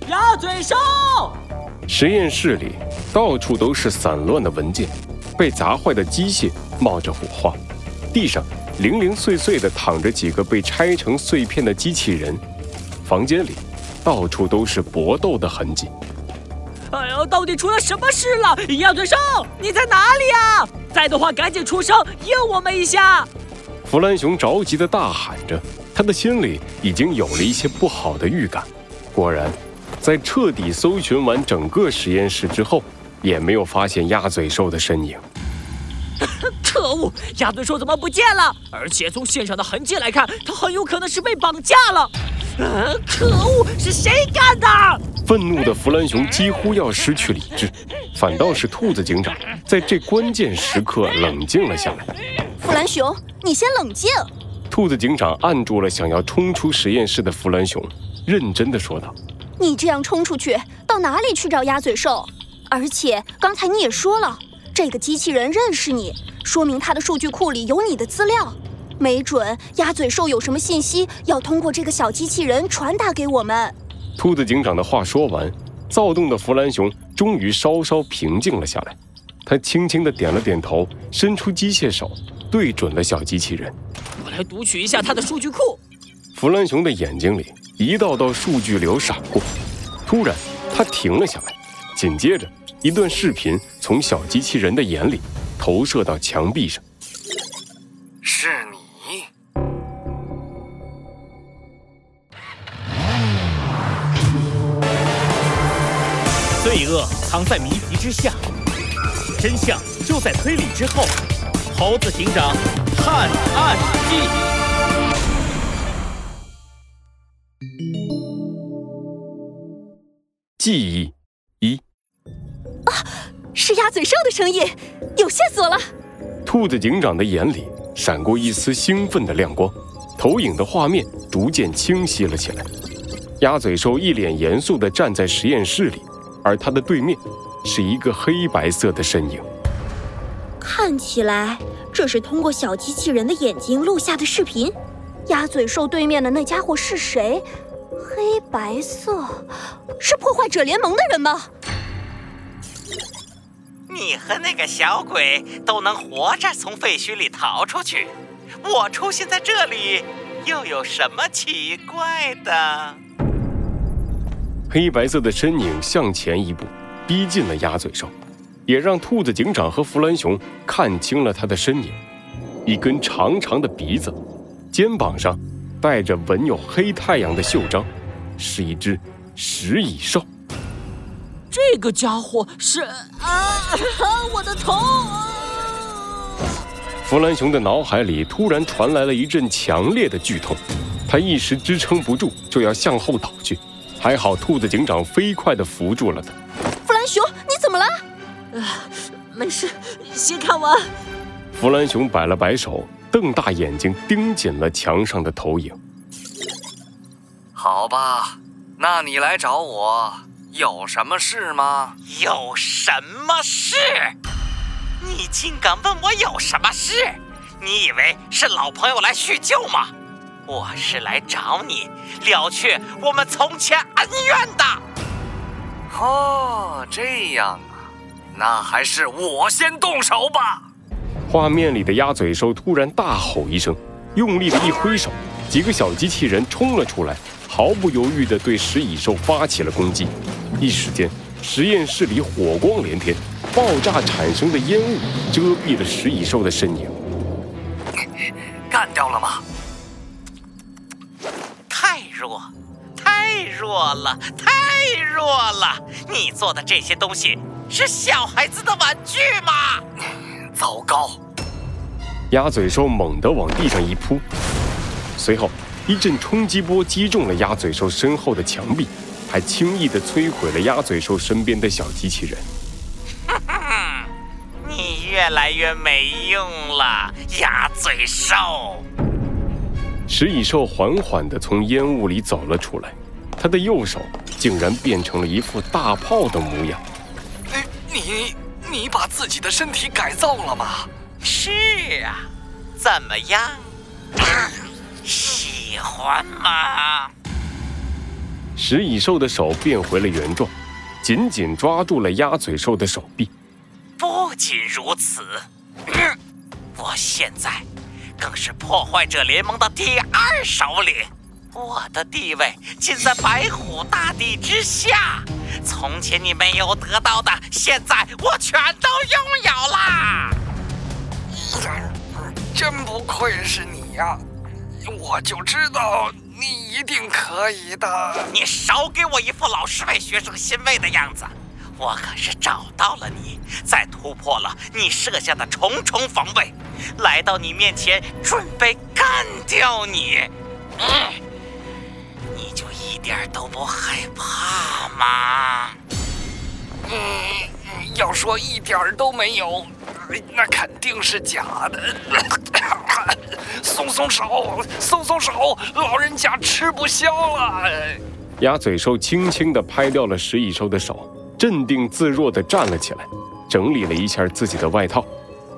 鸭嘴兽！ 实验室里到处都是散乱的文件，被砸坏的机械冒着火花，地上零零碎碎地躺着几个被拆成碎片的机器人，房间里到处都是搏斗的痕迹。 哎呦，到底出了什么事了？鸭嘴兽，你在哪里啊？在的话赶紧出声应我们一下！ 弗兰熊着急地大喊着，他的心里已经有了一些不好的预感。果然，在彻底搜寻完整个实验室之后，也没有发现鸭嘴兽的身影。 可恶，鸭嘴兽怎么不见了？而且从线上的痕迹来看，它很有可能是被绑架了。可恶，是谁干的？ 愤怒的弗兰熊几乎要失去理智，反倒是兔子警长在这关键时刻冷静了下来。 弗兰熊，你先冷静。 兔子警长按住了想要冲出实验室的弗兰熊，认真地说道： 你这样冲出去，到哪里去找鸭嘴兽？而且刚才你也说了，这个机器人认识你，说明它的数据库里有你的资料。没准鸭嘴兽有什么信息要通过这个小机器人传达给我们。 兔子警长的话说完，躁动的弗兰熊终于稍稍平静了下来。他轻轻地点了点头，伸出机械手对准了小机器人。 我来读取一下它的数据库。 弗兰熊的眼睛里一道道数据流闪过，突然他停了下来，紧接着一段视频从小机器人的眼里投射到墙壁上。 是你？ 罪恶藏在谜题之下，真相就在推理之后。猴子警长探案记。 记忆一。 是鸭嘴兽的声音，有线索了。 兔子警长的眼里闪过一丝兴奋的亮光，投影的画面逐渐清晰了起来。鸭嘴兽一脸严肃地站在实验室里，而他的对面是一个黑白色的身影。 看起来这是通过小机器人的眼睛录下的视频。鸭嘴兽对面的那家伙是谁？黑白色，是破坏者联盟的人吗？ 你和那个小鬼都能活着从废墟里逃出去，我出现在这里又有什么奇怪的？ 黑白色的身影向前一步，逼近了鸭嘴兽，也让兔子警长和弗兰熊看清了他的身影。一根长长的鼻子，肩膀上带着纹有黑太阳的袖章，是一只食蚁兽。 这个家伙是我的头！ 弗兰熊的脑海里突然传来了一阵强烈的剧痛，他一时支撑不住，就要向后倒去。还好兔子警长飞快地扶住了他。 弗兰熊，你怎么了？ 没事，先看完。 弗兰熊摆了摆手，瞪大眼睛盯紧了墙上的投影。 好吧，那你来找我有什么事吗？ 有什么事？你竟敢问我有什么事？你以为是老朋友来叙旧吗？我是来找你了却我们从前恩怨的。 哦，这样啊，那还是我先动手吧。 画面里的鸭嘴兽突然大吼一声，用力的一挥手，几个小机器人冲了出来，毫不犹豫地对食蚁兽发起了攻击。一时间，实验室里火光连天，爆炸产生的烟雾遮蔽了食蚁兽的身影。 干掉了吗？ 太弱了，太弱了！你做的这些东西是小孩子的玩具吗？ 糟糕！ 鸭嘴兽猛地往地上一扑，随后一阵冲击波击中了鸭嘴兽身后的墙壁，还轻易地摧毁了鸭嘴兽身边的小机器人。 你越来越没用了，鸭嘴兽！ 食蚁兽缓缓地从烟雾里走了出来，他的右手竟然变成了一副大炮的模样。 你把自己的身体改造了吗？ 是啊，怎么样？喜欢吗？ 食蚁兽的手变回了原状，紧紧抓住了鸭嘴兽的手臂。 不仅如此，我现在更是破坏者联盟的第2首领，我的地位尽在白虎大帝之下。从前你没有得到的，现在我全都拥有啦！ 真不愧是你呀，我就知道你一定可以的。 你少给我一副老师为学生欣慰的样子！我可是找到了你，再突破了你设下的重重防卫，来到你面前，准备干掉你。你就一点都不害怕吗？ 要说一点都没有，那肯定是假的。松手，老人家吃不消了。 鸭嘴兽轻轻地拍掉了食蚁兽的手，镇定自若地站了起来，整理了一下自己的外套。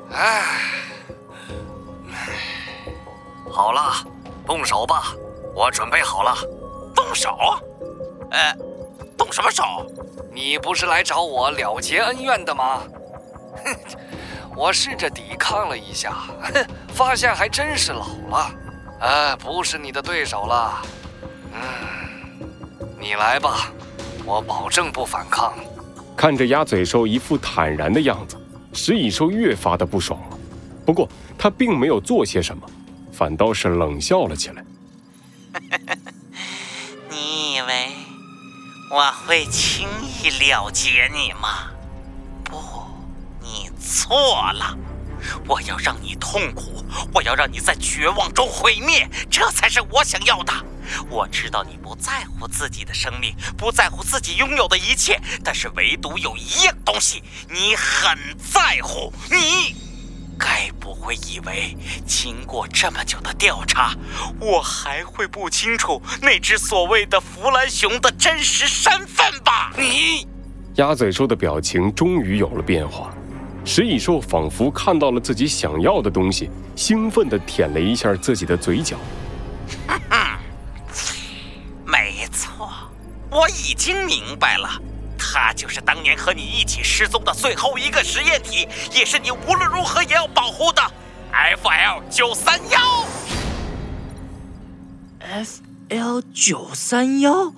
好了，动手吧，我准备好了。 动手？动什么手？ 你不是来找我了结恩怨的吗？我试着抵抗了一下，发现还真是老了，不是你的对手了。你来吧，我保证不反抗。 看着鸭嘴兽一副坦然的样子，食蚁兽越发的不爽了。不过他并没有做些什么，反倒是冷笑了起来。 你以为我会轻易了结你吗？不，你错了。我要让你痛苦，我要让你在绝望中毁灭，这才是我想要的。我知道你不在乎自己的生命，不在乎自己拥有的一切，但是唯独有一样东西你很在乎。你该不会以为经过这么久的调查，我还会不清楚那只所谓的弗兰熊的真实身份吧？你…… 鸭嘴兽的表情终于有了变化，食蚁兽仿佛看到了自己想要的东西，兴奋地舔了一下自己的嘴角。 没错，我已经明白了，他就是当年和你一起失踪的最后一个实验体，也是你无论如何也要保护的 FL931。 FL931？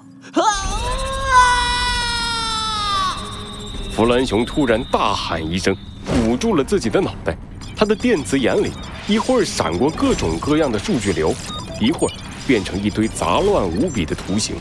弗兰熊突然大喊一声，捂住了自己的脑袋。他的电子眼里一会儿闪过各种各样的数据流，一会儿变成一堆杂乱无比的图形。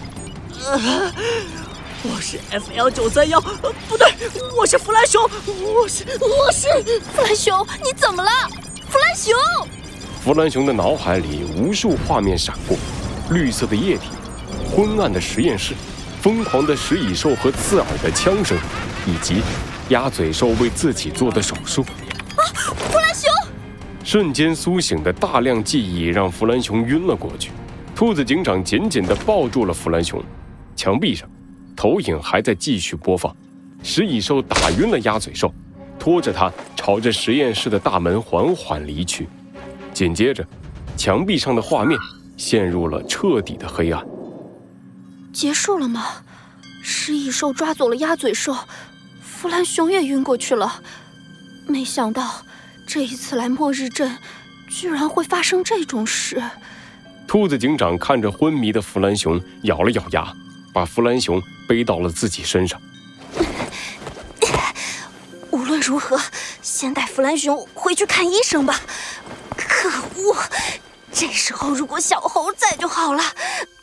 我是 FL931，不对，我是弗兰熊，我是弗兰熊，你怎么了？弗兰熊！ 弗兰熊的脑海里无数画面闪过，绿色的液体，昏暗的实验室，疯狂的食蚁兽和刺耳的枪声，以及鸭嘴兽为自己做的手术。 弗兰熊！ 瞬间苏醒的大量记忆让弗兰熊晕了过去。兔子警长紧紧地抱住了弗兰熊，墙壁上投影还在继续播放，食蚁兽打晕了鸭嘴兽，拖着它朝着实验室的大门缓缓离去。紧接着，墙壁上的画面陷入了彻底的黑暗。 结束了吗？食蚁兽抓走了鸭嘴兽，弗兰熊也晕过去了。没想到这一次来末日镇，居然会发生这种事。 兔子警长看着昏迷的弗兰熊，咬了咬牙，把弗兰熊背到了自己身上。 无论如何，先带弗兰熊回去看医生吧。可恶，这时候如果小猴在就好了。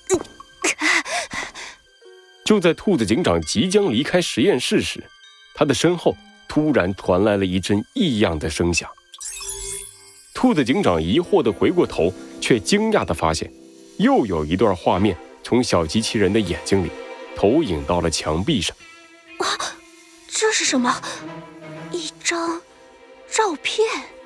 就在兔子警长即将离开实验室时，他的身后突然传来了一阵异样的声响。兔子警长疑惑地回过头，却惊讶地发现，又有一段画面从小机器人的眼睛里投影到了墙壁上。 这是什么？一张照片。